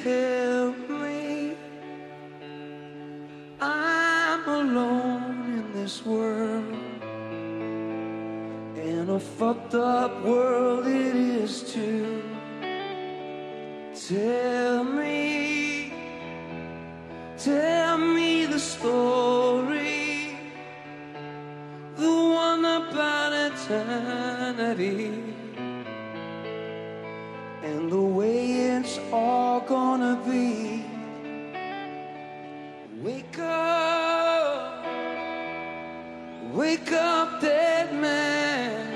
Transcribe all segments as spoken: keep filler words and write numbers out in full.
help me. I'm alone in this world, and a fucked up world it is too. Tell me, tell me the story, the one about eternity, and the way it's all gonna be. Wake up, wake up, dead man.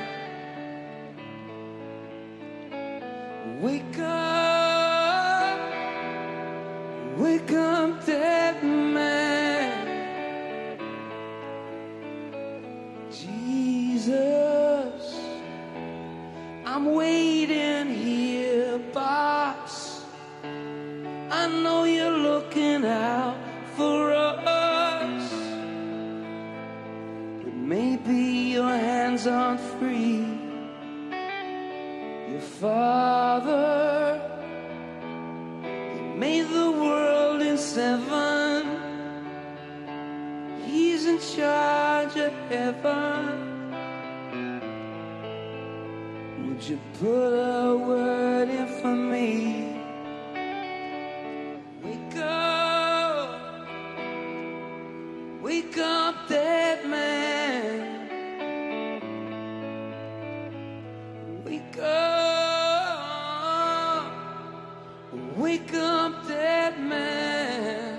Wake up, wake up, dead man. Jesus, I'm waiting here, boss. I know you're looking out for us, but maybe your hands aren't free. Your Father, He made the world in seven. He's in charge of heaven. Would you put a word in for me? Wake up, wake up, dead man. Wake up, wake up, dead man.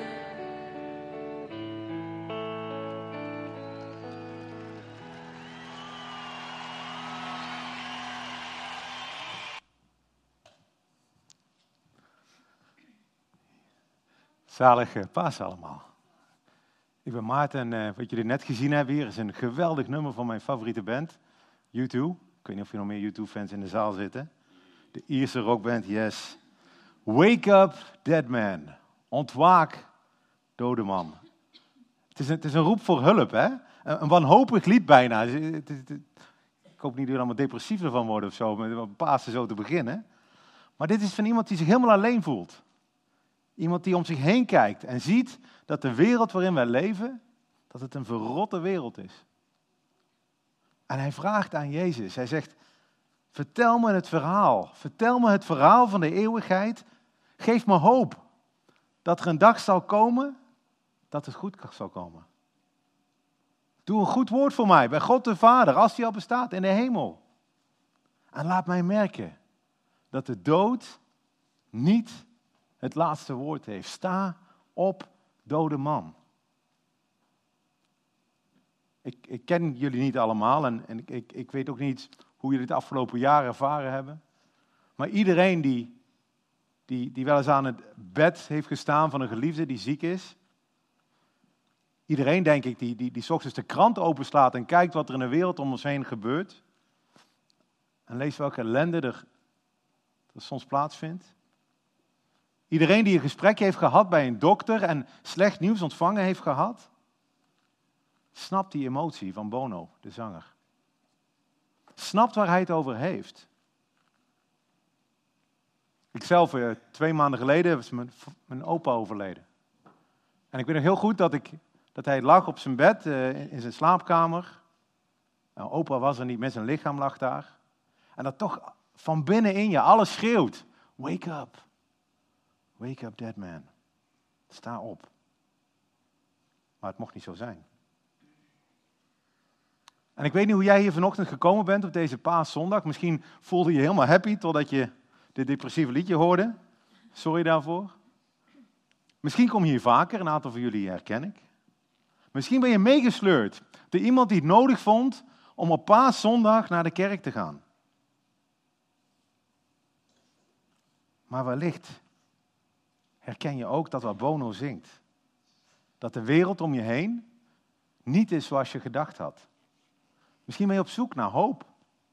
Zalige Pasen allemaal. Ik ben Maarten en uh, wat jullie net gezien hebben hier is een geweldig nummer van mijn favoriete band, U twee. Ik weet niet of er nog meer U twee-fans in de zaal zitten. De Ierse rockband, yes. Wake up, dead man. Ontwaak, dode man. Het is een, het is een roep voor hulp, hè? Een, een wanhopig lied bijna. Het is, het is, het, ik hoop niet dat jullie allemaal depressief ervan worden of zo, met een Pasen zo te beginnen. Maar dit is van iemand die zich helemaal alleen voelt. Iemand die om zich heen kijkt en ziet dat de wereld waarin wij leven, dat het een verrotte wereld is. En hij vraagt aan Jezus, hij zegt, vertel me het verhaal. Vertel me het verhaal van de eeuwigheid. Geef me hoop dat er een dag zal komen dat het goed zal komen. Doe een goed woord voor mij bij God de Vader, als die al bestaat in de hemel. En laat mij merken dat de dood niet het laatste woord heeft. Sta op, dode man. Ik, ik ken jullie niet allemaal en, en ik, ik, ik weet ook niet hoe jullie het afgelopen jaar ervaren hebben. Maar iedereen die, die, die wel eens aan het bed heeft gestaan van een geliefde die ziek is. Iedereen, denk ik, die, die, die 's ochtends de krant openslaat en kijkt wat er in de wereld om ons heen gebeurt. En leest welke ellende er, er soms plaatsvindt. Iedereen die een gesprek heeft gehad bij een dokter en slecht nieuws ontvangen heeft gehad, snapt die emotie van Bono, de zanger. Snapt waar hij het over heeft. Ikzelf, uh, twee maanden geleden, was mijn, mijn opa overleden. En ik weet nog heel goed dat, ik, dat hij lag op zijn bed, uh, in, in zijn slaapkamer. Nou, opa was er niet, met zijn lichaam lag daar. En dat toch van binnenin je alles schreeuwt. Wake up. Wake up, dead man. Sta op. Maar het mocht niet zo zijn. En ik weet niet hoe jij hier vanochtend gekomen bent op deze Paaszondag. Misschien voelde je je helemaal happy totdat je dit depressieve liedje hoorde. Sorry daarvoor. Misschien kom je hier vaker, een aantal van jullie herken ik. Misschien ben je meegesleurd door iemand die het nodig vond om op Paaszondag naar de kerk te gaan. Maar wellicht herken je ook dat wat Bono zingt. Dat de wereld om je heen niet is zoals je gedacht had. Misschien ben je op zoek naar hoop.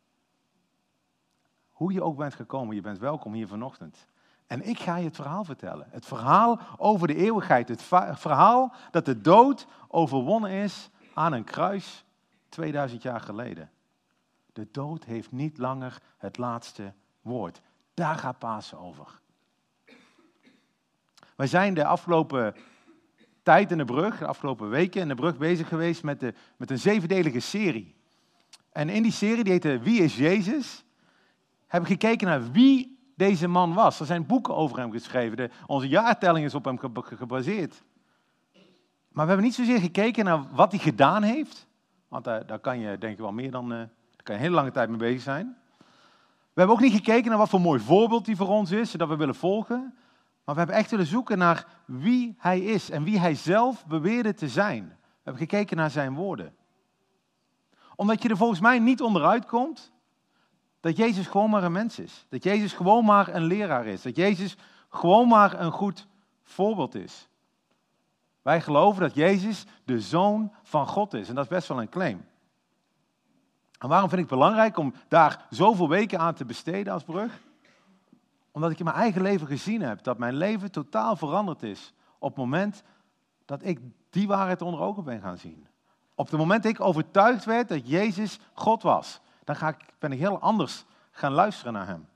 Hoe je ook bent gekomen, je bent welkom hier vanochtend. En ik ga je het verhaal vertellen. Het verhaal over de eeuwigheid. Het verhaal dat de dood overwonnen is aan een kruis tweeduizend jaar geleden. De dood heeft niet langer het laatste woord. Daar gaat Pasen over. Wij zijn de afgelopen tijd in de brug, de afgelopen weken in de brug bezig geweest met, de, met een zevendelige serie. En in die serie, die heette Wie is Jezus? Hebben we gekeken naar wie deze man was. Er zijn boeken over hem geschreven. De, onze jaartelling is op hem ge- gebaseerd. Maar we hebben niet zozeer gekeken naar wat hij gedaan heeft. Want daar, daar kan je denk ik wel meer dan, uh, daar kan je een hele lange tijd mee bezig zijn. We hebben ook niet gekeken naar wat voor mooi voorbeeld hij voor ons is, zodat we willen volgen. Maar we hebben echt willen zoeken naar wie hij is en wie hij zelf beweerde te zijn. We hebben gekeken naar zijn woorden. Omdat je er volgens mij niet onderuit komt dat Jezus gewoon maar een mens is. Dat Jezus gewoon maar een leraar is. Dat Jezus gewoon maar een goed voorbeeld is. Wij geloven dat Jezus de Zoon van God is. En dat is best wel een claim. En waarom vind ik het belangrijk om daar zoveel weken aan te besteden als brug? Omdat ik in mijn eigen leven gezien heb dat mijn leven totaal veranderd is op het moment dat ik die waarheid onder ogen ben gaan zien. Op het moment dat ik overtuigd werd dat Jezus God was, dan ga ik, ben ik heel anders gaan luisteren naar hem.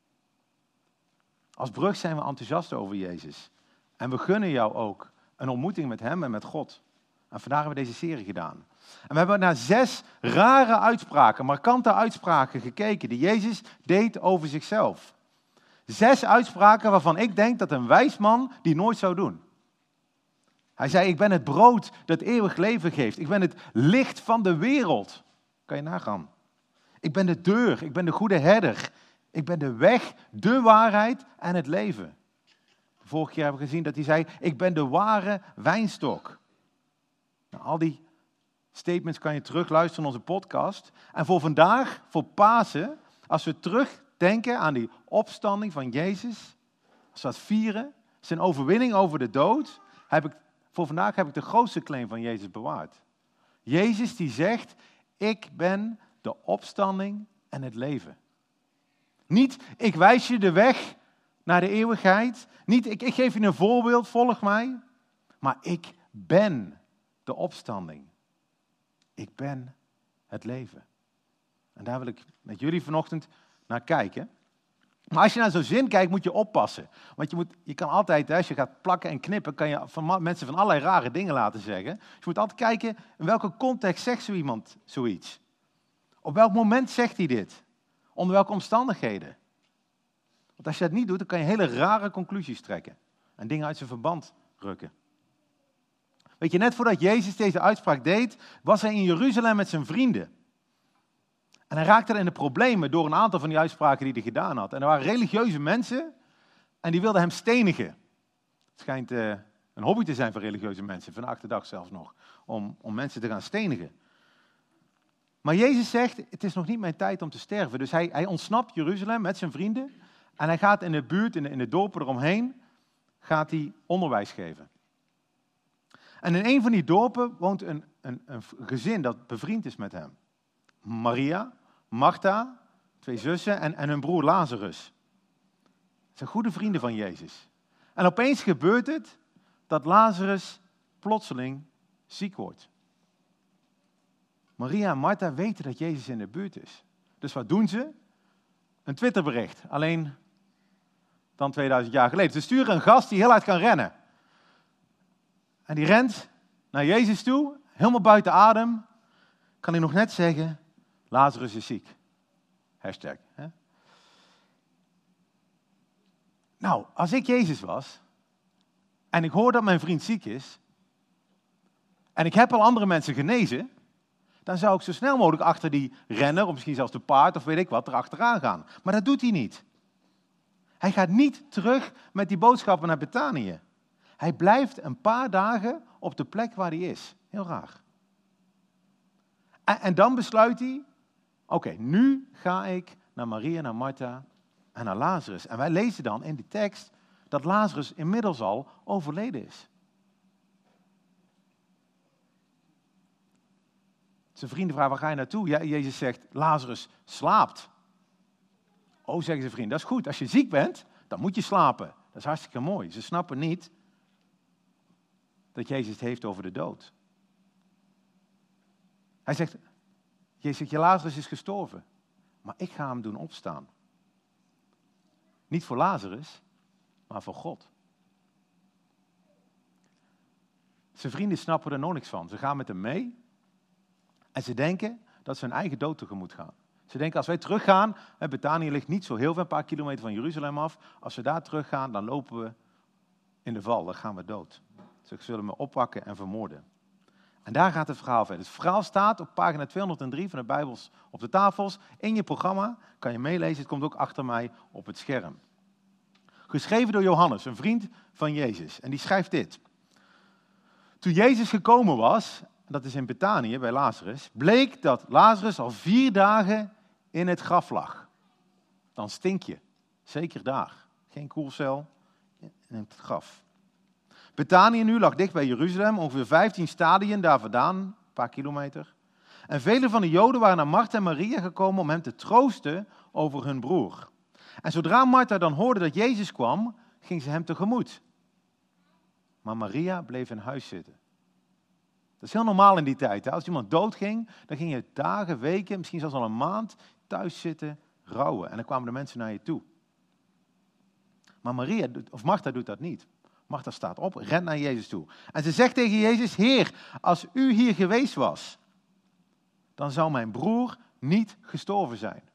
Als brug zijn we enthousiast over Jezus. En we gunnen jou ook een ontmoeting met hem en met God. En vandaar hebben we deze serie gedaan. En we hebben naar zes rare uitspraken, markante uitspraken gekeken die Jezus deed over zichzelf. Zes uitspraken waarvan ik denk dat een wijs man die nooit zou doen. Hij zei, ik ben het brood dat eeuwig leven geeft. Ik ben het licht van de wereld. Kan je nagaan. Ik ben de deur, ik ben de goede herder. Ik ben de weg, de waarheid en het leven. De vorige keer hebben we gezien dat hij zei, ik ben de ware wijnstok. Nou, al die statements kan je terugluisteren in onze podcast. En voor vandaag, voor Pasen, als we terugdenken aan die opstanding van Jezus, als we dat vieren, zijn overwinning over de dood, heb ik, voor vandaag heb ik de grootste claim van Jezus bewaard. Jezus die zegt, ik ben de opstanding en het leven. Niet, ik wijs je de weg naar de eeuwigheid. Niet, ik, ik geef je een voorbeeld, volg mij. Maar ik ben de opstanding. Ik ben het leven. En daar wil ik met jullie vanochtend naar kijken. Maar als je naar zo'n zin kijkt, moet je oppassen. Want je, moet, je kan altijd, als je gaat plakken en knippen, kan je van mensen van allerlei rare dingen laten zeggen. Dus je moet altijd kijken, in welke context zegt zo iemand zoiets? Op welk moment zegt hij dit? Onder welke omstandigheden? Want als je dat niet doet, dan kan je hele rare conclusies trekken. En dingen uit zijn verband rukken. Weet je, net voordat Jezus deze uitspraak deed, was hij in Jeruzalem met zijn vrienden. En hij raakte in de problemen door een aantal van die uitspraken die hij gedaan had. En er waren religieuze mensen en die wilden hem stenigen. Het schijnt uh, een hobby te zijn voor religieuze mensen, vandaag de dag zelfs nog, om, om mensen te gaan stenigen. Maar Jezus zegt, het is nog niet mijn tijd om te sterven. Dus hij, hij ontsnapt Jeruzalem met zijn vrienden en hij gaat in de buurt, in de, in de dorpen eromheen, gaat hij onderwijs geven. En in een van die dorpen woont een, een, een gezin dat bevriend is met hem. Maria, Martha, twee zussen en, en hun broer Lazarus. Het zijn goede vrienden van Jezus. En opeens gebeurt het dat Lazarus plotseling ziek wordt. Maria en Martha weten dat Jezus in de buurt is. Dus wat doen ze? Een Twitterbericht, alleen dan tweeduizend jaar geleden. Ze sturen een gast die heel hard kan rennen. En die rent naar Jezus toe, helemaal buiten adem. Kan hij nog net zeggen, Lazarus is ziek. Hashtag. Hè? Nou, als ik Jezus was en ik hoor dat mijn vriend ziek is en ik heb al andere mensen genezen, dan zou ik zo snel mogelijk achter die renner, of misschien zelfs de paard, of weet ik wat, erachteraan gaan. Maar dat doet hij niet. Hij gaat niet terug met die boodschappen naar Betanië. Hij blijft een paar dagen op de plek waar hij is. Heel raar. En, en dan besluit hij, oké, okay, nu ga ik naar Maria, naar Martha en naar Lazarus. En wij lezen dan in die tekst dat Lazarus inmiddels al overleden is. Zijn vrienden vragen, waar ga je naartoe? Ja, Jezus zegt, Lazarus slaapt. Oh, zeggen zijn vrienden, dat is goed. Als je ziek bent, dan moet je slapen. Dat is hartstikke mooi. Ze snappen niet dat Jezus het heeft over de dood. Hij zegt, Jezus zegt, je Lazarus is gestorven. Maar ik ga hem doen opstaan. Niet voor Lazarus, maar voor God. Zijn vrienden snappen er nog niks van. Ze gaan met hem mee en ze denken dat ze hun eigen dood tegemoet gaan. Ze denken, als wij teruggaan, Betanië ligt niet zo heel veel, een paar kilometer van Jeruzalem af. Als we daar teruggaan, dan lopen we in de val, dan gaan we dood. Ze zullen me oppakken en vermoorden. En daar gaat het verhaal verder. Het verhaal staat op pagina tweehonderddrie van de Bijbels op de tafels. In je programma kan je meelezen, het komt ook achter mij op het scherm. Geschreven door Johannes, een vriend van Jezus. En die schrijft dit. Toen Jezus gekomen was, dat is in Betanië bij Lazarus, bleek dat Lazarus al vier dagen in het graf lag. Dan stink je, zeker daar. Geen koelcel, in het graf. Betanië nu lag dicht bij Jeruzalem, ongeveer vijftien stadien daar vandaan, een paar kilometer. En vele van de Joden waren naar Martha en Maria gekomen om hem te troosten over hun broer. En zodra Martha dan hoorde dat Jezus kwam, ging ze hem tegemoet. Maar Maria bleef in huis zitten. Dat is heel normaal in die tijd. Hè? Als iemand doodging, dan ging je dagen, weken, misschien zelfs al een maand thuis zitten rouwen. En dan kwamen de mensen naar je toe. Maar Maria, of Martha doet dat niet. Martha staat op, rent naar Jezus toe. En ze zegt tegen Jezus, Heer, als u hier geweest was, dan zou mijn broer niet gestorven zijn.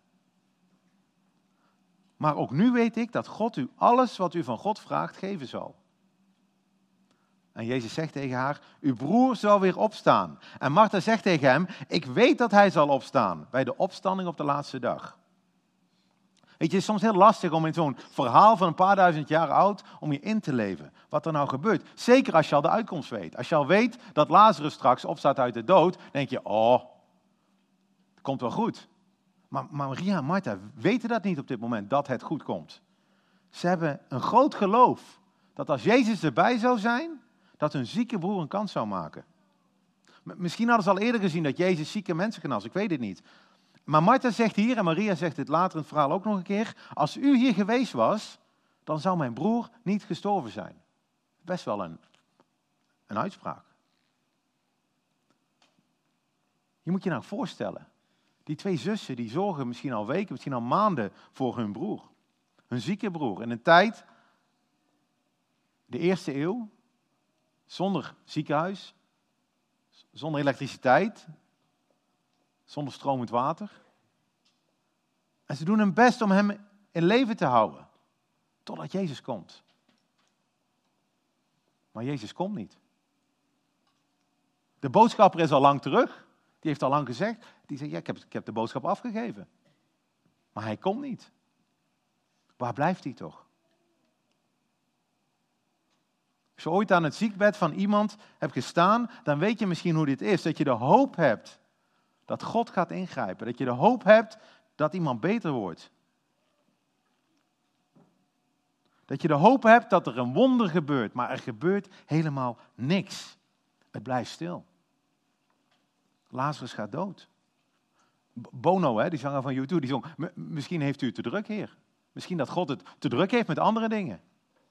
Maar ook nu weet ik dat God u alles wat u van God vraagt geven zal. En Jezus zegt tegen haar, uw broer zal weer opstaan. En Martha zegt tegen hem, ik weet dat hij zal opstaan bij de opstanding op de laatste dag. Weet je, het is soms heel lastig om in zo'n verhaal van een paar duizend jaar oud, om je in te leven. Wat er nou gebeurt. Zeker als je al de uitkomst weet. Als je al weet dat Lazarus straks opstaat uit de dood, denk je, oh, het komt wel goed. Maar, maar Maria en Martha weten dat niet op dit moment, dat het goed komt. Ze hebben een groot geloof dat als Jezus erbij zou zijn, dat hun zieke broer een kans zou maken. Misschien hadden ze al eerder gezien dat Jezus zieke mensen genas, ik weet het niet. Maar Martha zegt hier, en Maria zegt dit later in het verhaal ook nog een keer, als u hier geweest was, dan zou mijn broer niet gestorven zijn. Best wel een, een uitspraak. Je moet je nou voorstellen, die twee zussen die zorgen misschien al weken, misschien al maanden voor hun broer. Hun zieke broer. In een tijd, de eerste eeuw, zonder ziekenhuis, zonder elektriciteit, zonder stromend water. En ze doen hun best om hem in leven te houden, totdat Jezus komt. Maar Jezus komt niet. De boodschapper is al lang terug, die heeft al lang gezegd, die zegt, ja, ik heb, ik heb de boodschap afgegeven. Maar hij komt niet. Waar blijft hij toch? Als je ooit aan het ziekbed van iemand hebt gestaan, dan weet je misschien hoe dit is. Dat je de hoop hebt dat God gaat ingrijpen. Dat je de hoop hebt dat iemand beter wordt. Dat je de hoop hebt dat er een wonder gebeurt, maar er gebeurt helemaal niks. Het blijft stil. Lazarus gaat dood. Bono, hè, die zanger van U twee, die zong, misschien heeft u het te druk, Heer. Misschien dat God het te druk heeft met andere dingen.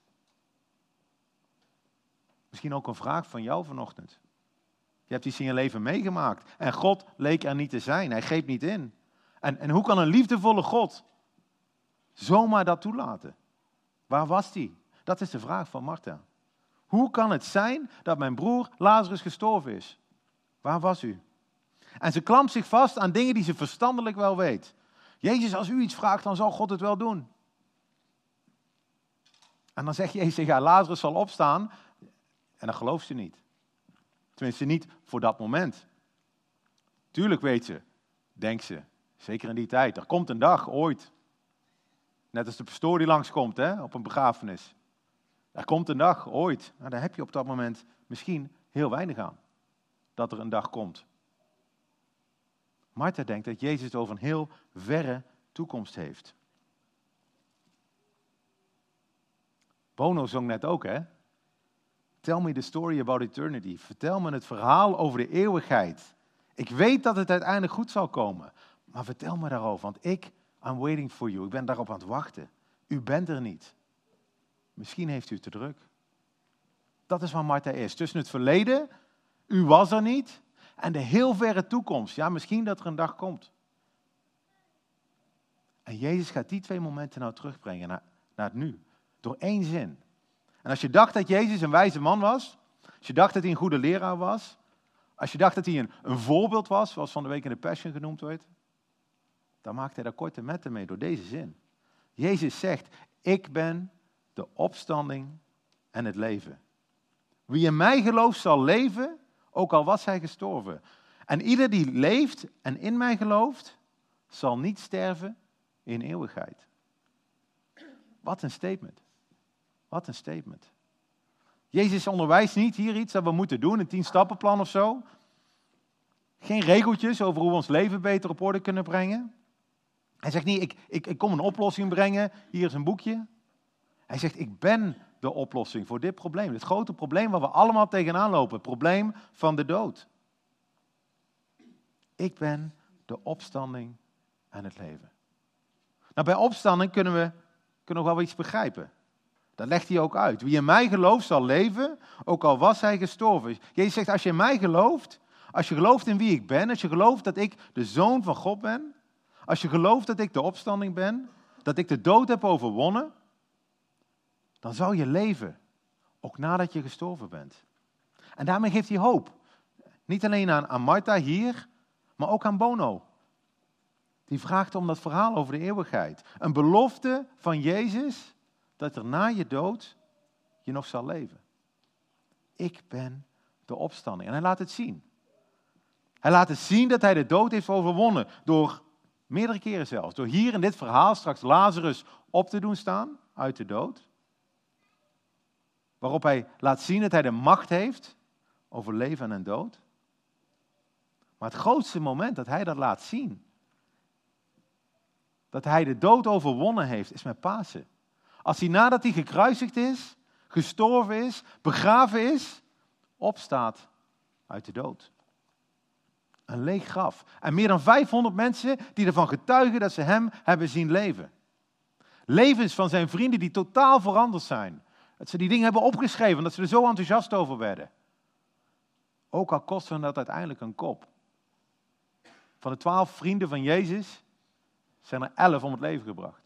Misschien ook een vraag van jou vanochtend. Je hebt iets in je leven meegemaakt en God leek er niet te zijn. Hij greep niet in. En, en hoe kan een liefdevolle God zomaar dat toelaten? Waar was hij? Dat is de vraag van Martha. Hoe kan het zijn dat mijn broer Lazarus gestorven is? Waar was u? En ze klampt zich vast aan dingen die ze verstandelijk wel weet. Jezus, als u iets vraagt, dan zal God het wel doen. En dan zegt Jezus, ja, Lazarus zal opstaan. En dan gelooft ze niet. Tenminste niet voor dat moment. Tuurlijk weet ze, denkt ze, zeker in die tijd. Er komt een dag, ooit. Net als de pastoor die langskomt, hè, op een begrafenis. Er komt een dag, ooit. Nou, daar heb je op dat moment misschien heel weinig aan. Dat er een dag komt. Martha denkt dat Jezus het over een heel verre toekomst heeft. Bono zong net ook, hè? Tell me the story about eternity. Vertel me het verhaal over de eeuwigheid. Ik weet dat het uiteindelijk goed zal komen. Maar vertel me daarover, want ik, I'm waiting for you. Ik ben daarop aan het wachten. U bent er niet. Misschien heeft u het te druk. Dat is waar Martha is. Tussen het verleden, u was er niet, en de heel verre toekomst. Ja, misschien dat er een dag komt. En Jezus gaat die twee momenten nou terugbrengen naar, naar het nu. Door één zin. En als je dacht dat Jezus een wijze man was, als Als je dacht dat hij een goede leraar was. Als je dacht dat hij een, een voorbeeld was, zoals van de week in de Passion genoemd wordt. Dan maakt hij daar korte metten mee door deze zin. Jezus zegt, ik ben de opstanding en het leven. Wie in mij gelooft zal leven, ook al was hij gestorven. En ieder die leeft en in mij gelooft, zal niet sterven in eeuwigheid. Wat een statement. Wat een statement. Jezus onderwijst niet hier iets dat we moeten doen, een tien-stappenplan of zo. Geen regeltjes over hoe we ons leven beter op orde kunnen brengen. Hij zegt niet, ik, ik, ik kom een oplossing brengen, hier is een boekje. Hij zegt, ik ben de oplossing voor dit probleem. Het grote probleem waar we allemaal tegenaan lopen, het probleem van de dood. Ik ben de opstanding en het leven. Nou, bij opstanding kunnen we, kunnen we wel iets begrijpen. Dat legt hij ook uit. Wie in mij gelooft zal leven, ook al was hij gestorven. Jezus zegt, als je in mij gelooft, als je gelooft in wie ik ben, als je gelooft dat ik de Zoon van God ben, als je gelooft dat ik de opstanding ben, dat ik de dood heb overwonnen, dan zal je leven, ook nadat je gestorven bent. En daarmee geeft hij hoop. Niet alleen aan, aan Martha hier, maar ook aan Bono. Die vraagt om dat verhaal over de eeuwigheid. Een belofte van Jezus, dat er na je dood je nog zal leven. Ik ben de opstanding. En hij laat het zien. Hij laat het zien dat hij de dood heeft overwonnen. Door meerdere keren zelfs. Door hier in dit verhaal straks Lazarus op te doen staan uit de dood. Waarop hij laat zien dat hij de macht heeft over leven en dood. Maar het grootste moment dat hij dat laat zien, dat hij de dood overwonnen heeft, is met Pasen. Als hij nadat hij gekruisigd is, gestorven is, begraven is, opstaat uit de dood. Een leeg graf. En meer dan vijfhonderd mensen die ervan getuigen dat ze hem hebben zien leven. Levens van zijn vrienden die totaal veranderd zijn. Dat ze die dingen hebben opgeschreven, dat ze er zo enthousiast over werden. Ook al kostte hen dat uiteindelijk een kop. Van de twaalf vrienden van Jezus zijn er elf om het leven gebracht.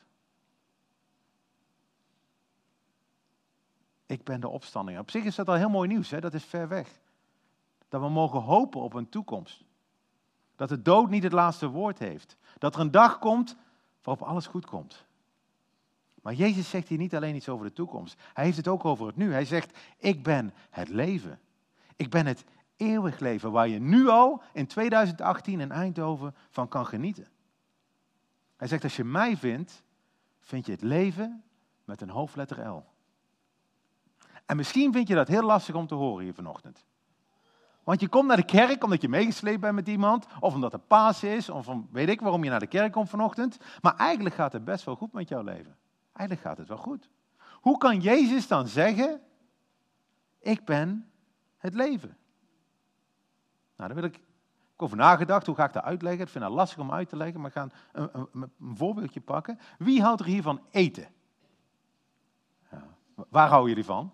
Ik ben de opstanding. Op zich is dat al heel mooi nieuws, hè? Dat is ver weg. Dat we mogen hopen op een toekomst. Dat de dood niet het laatste woord heeft. Dat er een dag komt waarop alles goed komt. Maar Jezus zegt hier niet alleen iets over de toekomst. Hij heeft het ook over het nu. Hij zegt, ik ben het leven. Ik ben het eeuwig leven waar je nu al in tweeduizend achttien in Eindhoven van kan genieten. Hij zegt, als je mij vindt, vind je het leven met een hoofdletter L. En misschien vind je dat heel lastig om te horen hier vanochtend. Want je komt naar de kerk omdat je meegesleept bent met iemand, of omdat het Pasen is, of om, weet ik waarom je naar de kerk komt vanochtend. Maar eigenlijk gaat het best wel goed met jouw leven. Eigenlijk gaat het wel goed. Hoe kan Jezus dan zeggen, ik ben het leven? Nou, daar wil ik over nagedacht. Hoe ga ik dat uitleggen? Ik vind het lastig om uit te leggen, maar ik ga een, een, een voorbeeldje pakken. Wie houdt er hier van eten? Ja. Waar hou je van?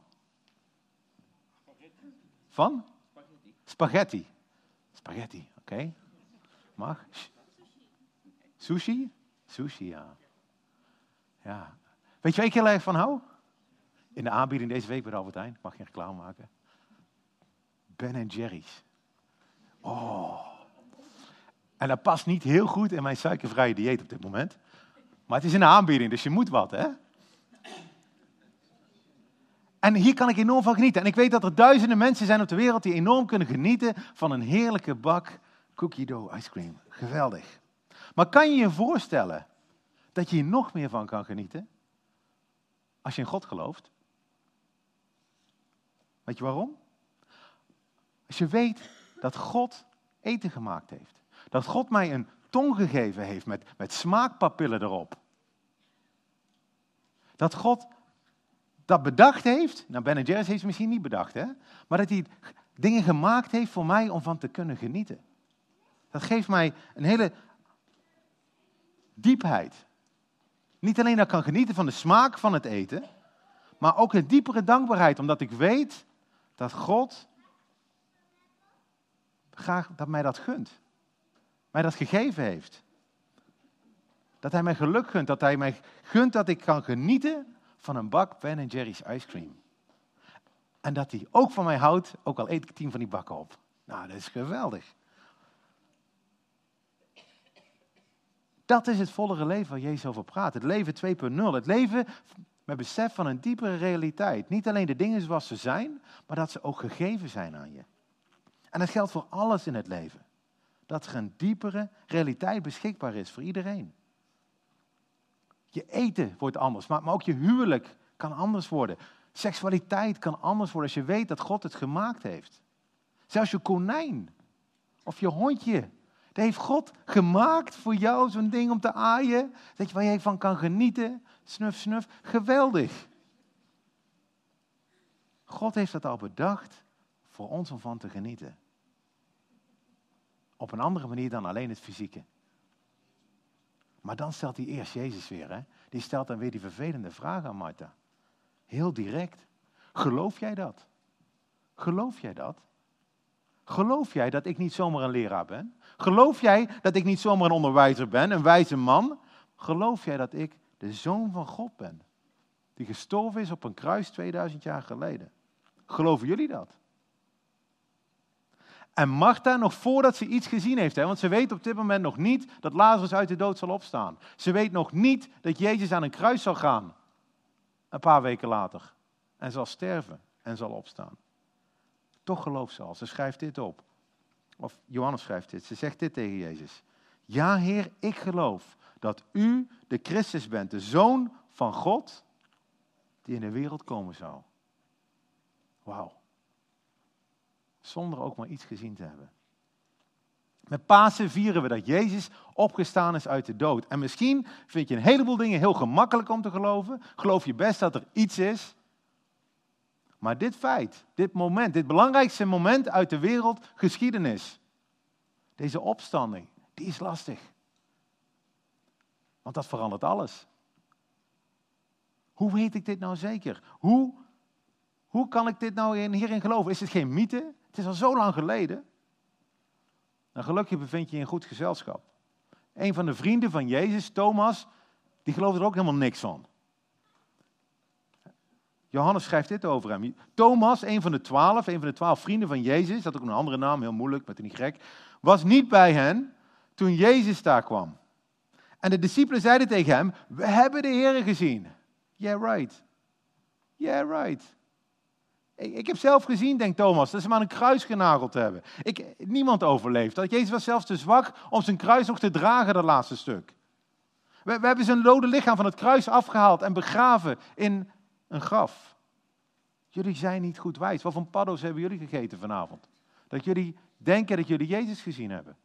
Van? Spaghetti. Spaghetti, oké. Okay. Mag? Sushi? Sushi, ja. Ja. Weet je waar ik heel erg van hou? In de aanbieding deze week bij de Albert Heijn. Ik mag geen reclame maken. Ben en Jerry's. Oh. En dat past niet heel goed in mijn suikervrije dieet op dit moment. Maar het is in de aanbieding, dus je moet wat, hè? En hier kan ik enorm van genieten. En ik weet dat er duizenden mensen zijn op de wereld die enorm kunnen genieten van een heerlijke bak cookie dough ice cream. Geweldig. Maar kan je je voorstellen dat je hier nog meer van kan genieten? Als je in God gelooft. Weet je waarom? Als je weet dat God eten gemaakt heeft. Dat God mij een tong gegeven heeft met, met smaakpapillen erop. Dat God dat bedacht heeft. Nou, Ben en Jerry's heeft het misschien niet bedacht, hè? Maar dat hij dingen gemaakt heeft voor mij om van te kunnen genieten. Dat geeft mij een hele diepheid. Niet alleen dat ik kan genieten van de smaak van het eten, maar ook een diepere dankbaarheid, omdat ik weet dat God graag dat mij dat gunt. Mij dat gegeven heeft. Dat hij mij geluk gunt, dat hij mij gunt dat ik kan genieten van een bak Ben en Jerry's ice cream. En dat hij ook van mij houdt, ook al eet ik tien van die bakken op. Nou, dat is geweldig. Dat is het vollere leven waar Jezus over praat. Het leven twee punt nul. Het leven met besef van een diepere realiteit. Niet alleen de dingen zoals ze zijn, maar dat ze ook gegeven zijn aan je. En dat geldt voor alles in het leven. Dat er een diepere realiteit beschikbaar is voor iedereen. Je eten wordt anders, maar ook je huwelijk kan anders worden. Seksualiteit kan anders worden als je weet dat God het gemaakt heeft. Zelfs je konijn of je hondje. Dat heeft God gemaakt voor jou, zo'n ding om te aaien. Dat je waar je van kan genieten. Snuf, snuf. Geweldig. God heeft dat al bedacht voor ons om van te genieten. Op een andere manier dan alleen het fysieke. Maar dan stelt hij eerst Jezus weer. Hè? Die stelt dan weer die vervelende vraag aan Martha. Heel direct. Geloof jij dat? Geloof jij dat? Geloof jij dat ik niet zomaar een leraar ben? Geloof jij dat ik niet zomaar een onderwijzer ben, een wijze man? Geloof jij dat ik de Zoon van God ben? Die gestorven is op een kruis tweeduizend jaar geleden. Geloven jullie dat? En Martha, nog voordat ze iets gezien heeft, hè, want ze weet op dit moment nog niet dat Lazarus uit de dood zal opstaan. Ze weet nog niet dat Jezus aan een kruis zal gaan. Een paar weken later. En zal sterven en zal opstaan. Toch gelooft ze al. Ze schrijft dit op. Of Johannes schrijft dit. Ze zegt dit tegen Jezus. Ja, Heer, ik geloof dat u de Christus bent, de Zoon van God, die in de wereld komen zou. Wauw. Zonder ook maar iets gezien te hebben. Met Pasen vieren we dat Jezus opgestaan is uit de dood. En misschien vind je een heleboel dingen heel gemakkelijk om te geloven. Geloof je best dat er iets is. Maar dit feit, dit moment, dit belangrijkste moment uit de wereldgeschiedenis. Deze opstanding, die is lastig. Want dat verandert alles. Hoe weet ik dit nou zeker? Hoe, hoe kan ik dit nou hierin geloven? Is het geen mythe? Het is al zo lang geleden. Nou, gelukkig bevind je je in goed gezelschap. Een van de vrienden van Jezus, Thomas, die geloofde er ook helemaal niks van. Johannes schrijft dit over hem. Thomas, een van de twaalf, een van de twaalf vrienden van Jezus, dat ook een andere naam, heel moeilijk, met niet gek, was niet bij hen toen Jezus daar kwam. En de discipelen zeiden tegen hem, we hebben de Heer gezien. Yeah, right. Yeah, right. Ik, ik heb zelf gezien, denkt Thomas, dat ze hem aan een kruis genageld hebben. Ik, niemand overleeft dat. Jezus was zelfs te zwak om zijn kruis nog te dragen, dat laatste stuk. We, we hebben zijn dode lichaam van het kruis afgehaald en begraven in een graf. Jullie zijn niet goed wijs. Wat voor paddo's hebben jullie gegeten vanavond? Dat jullie denken dat jullie Jezus gezien hebben.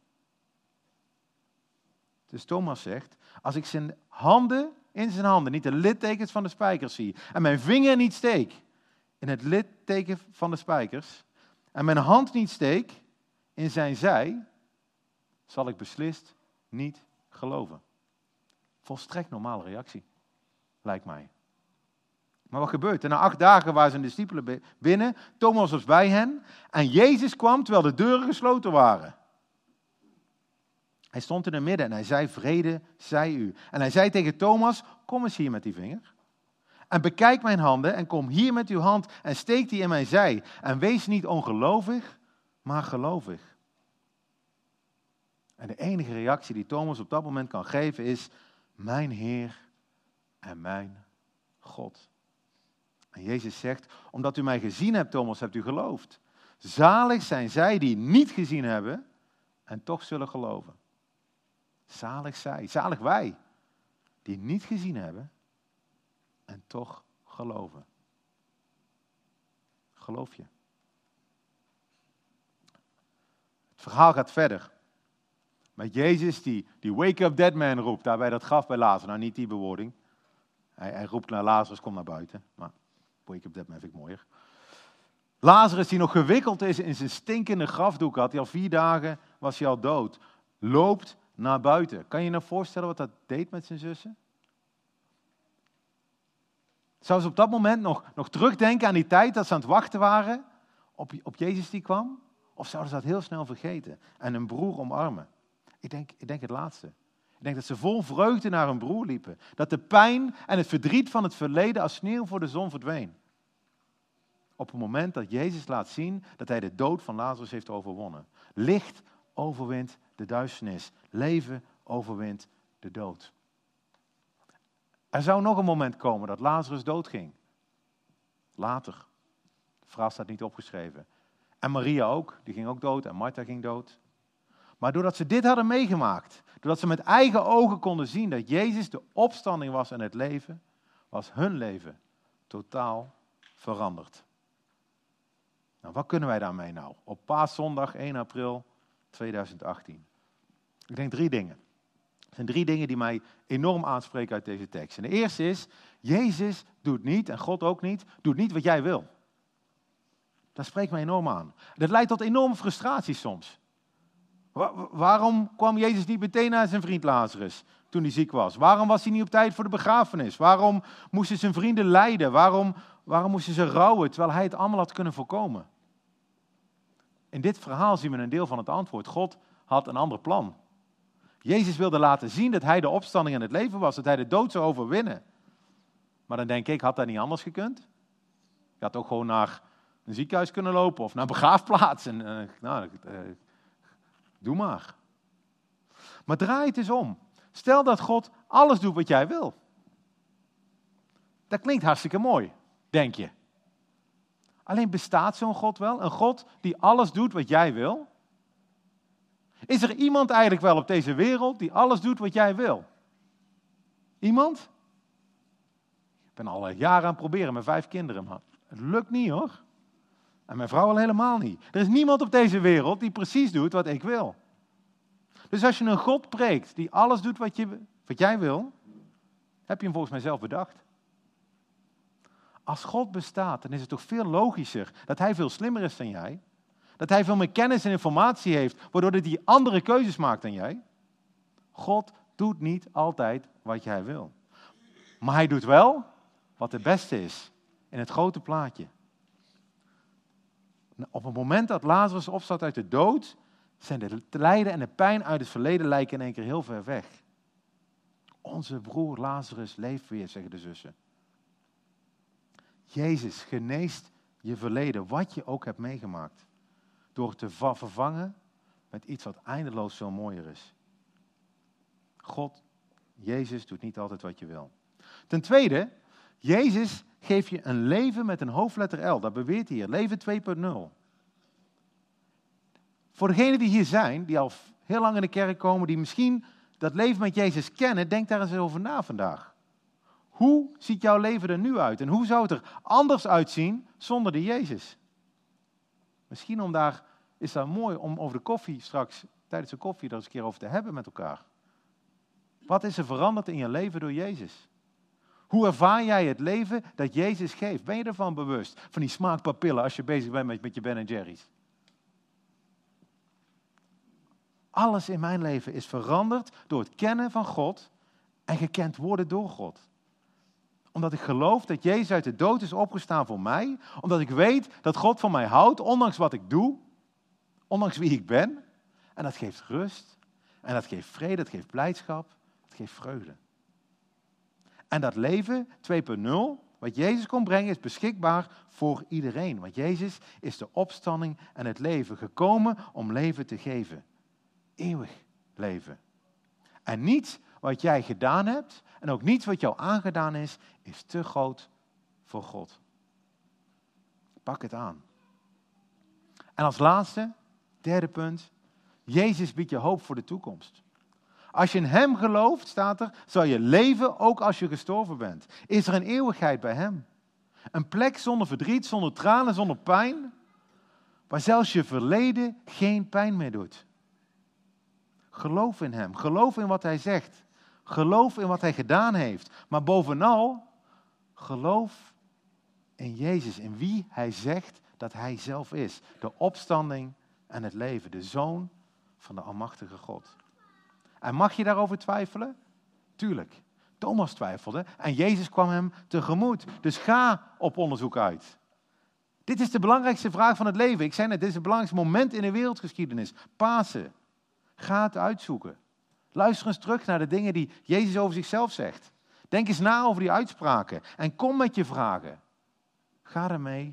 Dus Thomas zegt, als ik zijn handen in zijn handen, niet de littekens van de spijkers zie, en mijn vinger niet steek in het litteken van de spijkers, en mijn hand niet steek in zijn zij, zal ik beslist niet geloven. Volstrekt normale reactie, lijkt mij. Maar wat gebeurt er? Na acht dagen waren zijn discipelen binnen, Thomas was bij hen, en Jezus kwam terwijl de deuren gesloten waren. Hij stond in het midden en hij zei, vrede zij u. En hij zei tegen Thomas, kom eens hier met die vinger. En bekijk mijn handen en kom hier met uw hand en steek die in mijn zij. En wees niet ongelovig, maar gelovig. En de enige reactie die Thomas op dat moment kan geven is, mijn Heer en mijn God. En Jezus zegt, omdat u mij gezien hebt, Thomas, hebt u geloofd. Zalig zijn zij die niet gezien hebben en toch zullen geloven. Zalig zij, zalig wij, die niet gezien hebben en toch geloven. Geloof je? Het verhaal gaat verder. Met Jezus die, die wake up dead man roept, daar bij dat graf bij Lazarus. Nou, niet die bewoording. Hij, hij roept naar Lazarus, kom naar buiten. Maar wake up dead man vind ik mooier. Lazarus die nog gewikkeld is in zijn stinkende grafdoek, had hij al vier dagen, was hij al dood. Loopt naar buiten. Kan je je nou voorstellen wat dat deed met zijn zussen? Zou ze op dat moment nog, nog terugdenken aan die tijd dat ze aan het wachten waren op, op Jezus die kwam? Of zouden ze dat heel snel vergeten en hun broer omarmen? Ik denk, ik denk het laatste. Ik denk dat ze vol vreugde naar hun broer liepen. Dat de pijn en het verdriet van het verleden als sneeuw voor de zon verdween. op het moment dat Jezus laat zien dat hij de dood van Lazarus heeft overwonnen. Licht overwint de duisternis. Leven overwint de dood. Er zou nog een moment komen dat Lazarus doodging. Later. Het verhaal staat niet opgeschreven. En Maria ook, die ging ook dood en Martha ging dood. Maar doordat ze dit hadden meegemaakt, doordat ze met eigen ogen konden zien dat Jezus de opstanding was en het leven, was hun leven totaal veranderd. Nou, wat kunnen wij daarmee nou? Op Paaszondag één april tweeduizend achttien. Ik denk drie dingen. Er zijn drie dingen die mij enorm aanspreken uit deze tekst. En de eerste is, Jezus doet niet, en God ook niet, doet niet wat jij wil. Dat spreekt mij enorm aan. Dat leidt tot enorme frustratie soms. Wa- waarom kwam Jezus niet meteen naar zijn vriend Lazarus toen hij ziek was? Waarom was hij niet op tijd voor de begrafenis? Waarom moesten zijn vrienden lijden? Waarom, waarom moesten ze rouwen terwijl hij het allemaal had kunnen voorkomen? In dit verhaal zien we een deel van het antwoord. God had een ander plan. Jezus wilde laten zien dat hij de opstanding en het leven was, dat hij de dood zou overwinnen. Maar dan denk ik, had dat niet anders gekund? Je had ook gewoon naar een ziekenhuis kunnen lopen of naar een begraafplaats. En, uh, nou, uh, doe maar. Maar draai het eens om. Stel dat God alles doet wat jij wil. Dat klinkt hartstikke mooi, denk je. Alleen bestaat zo'n God wel? Een God die alles doet wat jij wil? Is er iemand eigenlijk wel op deze wereld die alles doet wat jij wil? Iemand? Ik ben al jaren aan het proberen met vijf kinderen, maar het lukt niet hoor. En mijn vrouw al helemaal niet. Er is niemand op deze wereld die precies doet wat ik wil. Dus als je een God preekt die alles doet wat, je, wat jij wil, heb je hem volgens mij zelf bedacht. Als God bestaat, dan is het toch veel logischer dat hij veel slimmer is dan jij. Dat hij veel meer kennis en informatie heeft, waardoor hij andere keuzes maakt dan jij. God doet niet altijd wat jij wil. Maar hij doet wel wat het beste is in het grote plaatje. Op het moment dat Lazarus opstaat uit de dood, zijn de lijden en de pijn uit het verleden lijken in één keer heel ver weg. Onze broer Lazarus leeft weer, zeggen de zussen. Jezus geneest je verleden, wat je ook hebt meegemaakt. Door het te vervangen met iets wat eindeloos veel mooier is. God, Jezus doet niet altijd wat je wil. Ten tweede, Jezus geeft je een leven met een hoofdletter L. Dat beweert hij hier, leven twee punt nul. Voor degenen die hier zijn, die al heel lang in de kerk komen, die misschien dat leven met Jezus kennen, denk daar eens over na vandaag. Hoe ziet jouw leven er nu uit? En hoe zou het er anders uitzien zonder de Jezus? Misschien om daar, is dat mooi om over de koffie straks, tijdens de koffie, er eens een keer over te hebben met elkaar. Wat is er veranderd in je leven door Jezus? Hoe ervaar jij het leven dat Jezus geeft? Ben je ervan bewust? Van die smaakpapillen als je bezig bent met, met je Ben en Jerry's. Alles in mijn leven is veranderd door het kennen van God en gekend worden door God. Omdat ik geloof dat Jezus uit de dood is opgestaan voor mij. Omdat ik weet dat God van mij houdt, ondanks wat ik doe. Ondanks wie ik ben. En dat geeft rust. En dat geeft vrede, dat geeft blijdschap. Dat geeft vreugde. En dat leven twee punt nul, wat Jezus kon brengen, is beschikbaar voor iedereen. Want Jezus is de opstanding en het leven, gekomen om leven te geven. Eeuwig leven. En niets wat jij gedaan hebt, en ook niets wat jou aangedaan is, is te groot voor God. Pak het aan. En als laatste, derde punt, Jezus biedt je hoop voor de toekomst. Als je in hem gelooft, staat er, zal je leven ook als je gestorven bent. Is er een eeuwigheid bij hem? Een plek zonder verdriet, zonder tranen, zonder pijn, waar zelfs je verleden geen pijn meer doet. Geloof in hem, geloof in wat hij zegt. Geloof in wat hij gedaan heeft. Maar bovenal, geloof in Jezus, in wie hij zegt dat hij zelf is. De opstanding en het leven, de Zoon van de Almachtige God. En mag je daarover twijfelen? Tuurlijk. Thomas twijfelde en Jezus kwam hem tegemoet. Dus ga op onderzoek uit. Dit is de belangrijkste vraag van het leven. Ik zei net, dit is het belangrijkste moment in de wereldgeschiedenis. Pasen. Ga het uitzoeken. Luister eens terug naar de dingen die Jezus over zichzelf zegt. Denk eens na over die uitspraken. En kom met je vragen. Ga ermee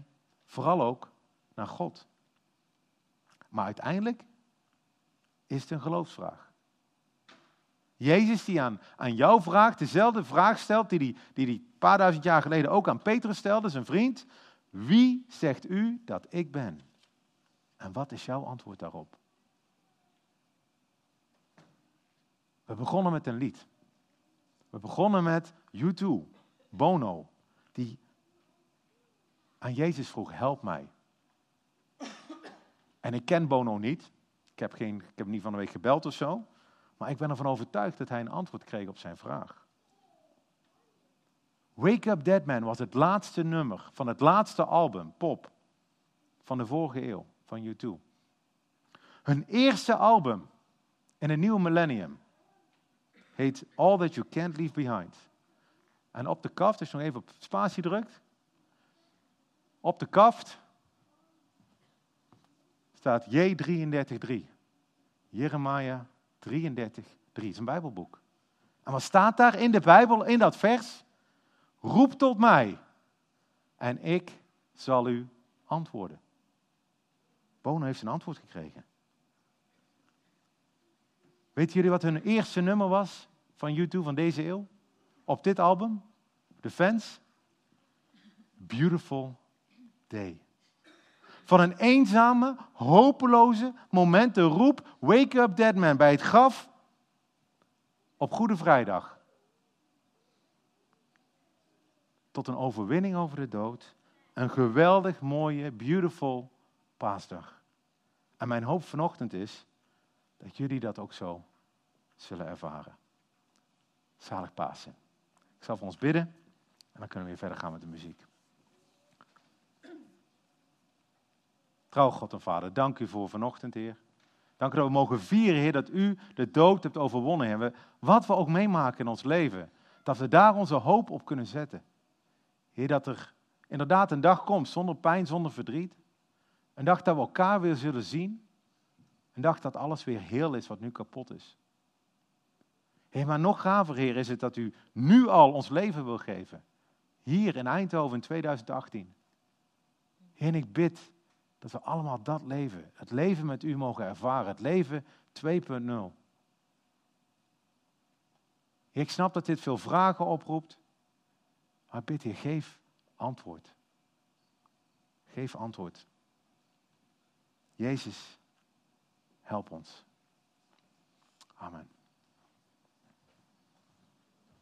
Vooral ook naar God. Maar uiteindelijk is het een geloofsvraag. Jezus die aan, aan jou vraagt, dezelfde vraag stelt die hij die, die een paar duizend jaar geleden ook aan Petrus stelde, zijn vriend. Wie zegt u dat ik ben? En wat is jouw antwoord daarop? We begonnen met een lied. We begonnen met U twee, Bono, die aan Jezus vroeg, help mij. En ik ken Bono niet. Ik heb, geen, ik heb hem niet van de week gebeld of zo. Maar ik ben ervan overtuigd dat hij een antwoord kreeg op zijn vraag. Wake Up Dead Man was het laatste nummer van het laatste album, Pop, van de vorige eeuw, van U twee. Hun eerste album in een nieuw millennium heet All That You Can't Leave Behind. En op de kaft, als je nog even op spatie drukt, op de kaft staat J drieëndertig drie. Jeremia drieëndertig drie. Het is een Bijbelboek. En wat staat daar in de Bijbel, in dat vers? Roep tot mij en ik zal u antwoorden. Bono heeft een antwoord gekregen. Weten jullie wat hun eerste nummer was van U twee van deze eeuw? Op dit album? De fans? Beautiful Day. Van een eenzame, hopeloze moment de roep Wake Up Dead Man bij het graf op Goede Vrijdag. Tot een overwinning over de dood. Een geweldig mooie, beautiful paasdag. En mijn hoop vanochtend is dat jullie dat ook zo zullen ervaren. Zalig Pasen. Ik zal voor ons bidden en dan kunnen we weer verder gaan met de muziek. Trouw God en Vader, dank u voor vanochtend, Heer. Dank u dat we mogen vieren, Heer, dat u de dood hebt overwonnen, Heer. Wat we ook meemaken in ons leven, dat we daar onze hoop op kunnen zetten. Heer, dat er inderdaad een dag komt zonder pijn, zonder verdriet. Een dag dat we elkaar weer zullen zien. Een dag dat alles weer heel is wat nu kapot is. Heer, maar nog gaver, Heer, is het dat u nu al ons leven wil geven. Hier in Eindhoven in tweeduizend achttien. Heer, en ik bid dat we allemaal dat leven, het leven met u mogen ervaren. Het leven twee punt nul. Heer, ik snap dat dit veel vragen oproept. Maar bid, Heer, geef antwoord. Geef antwoord. Jezus, help ons. Amen.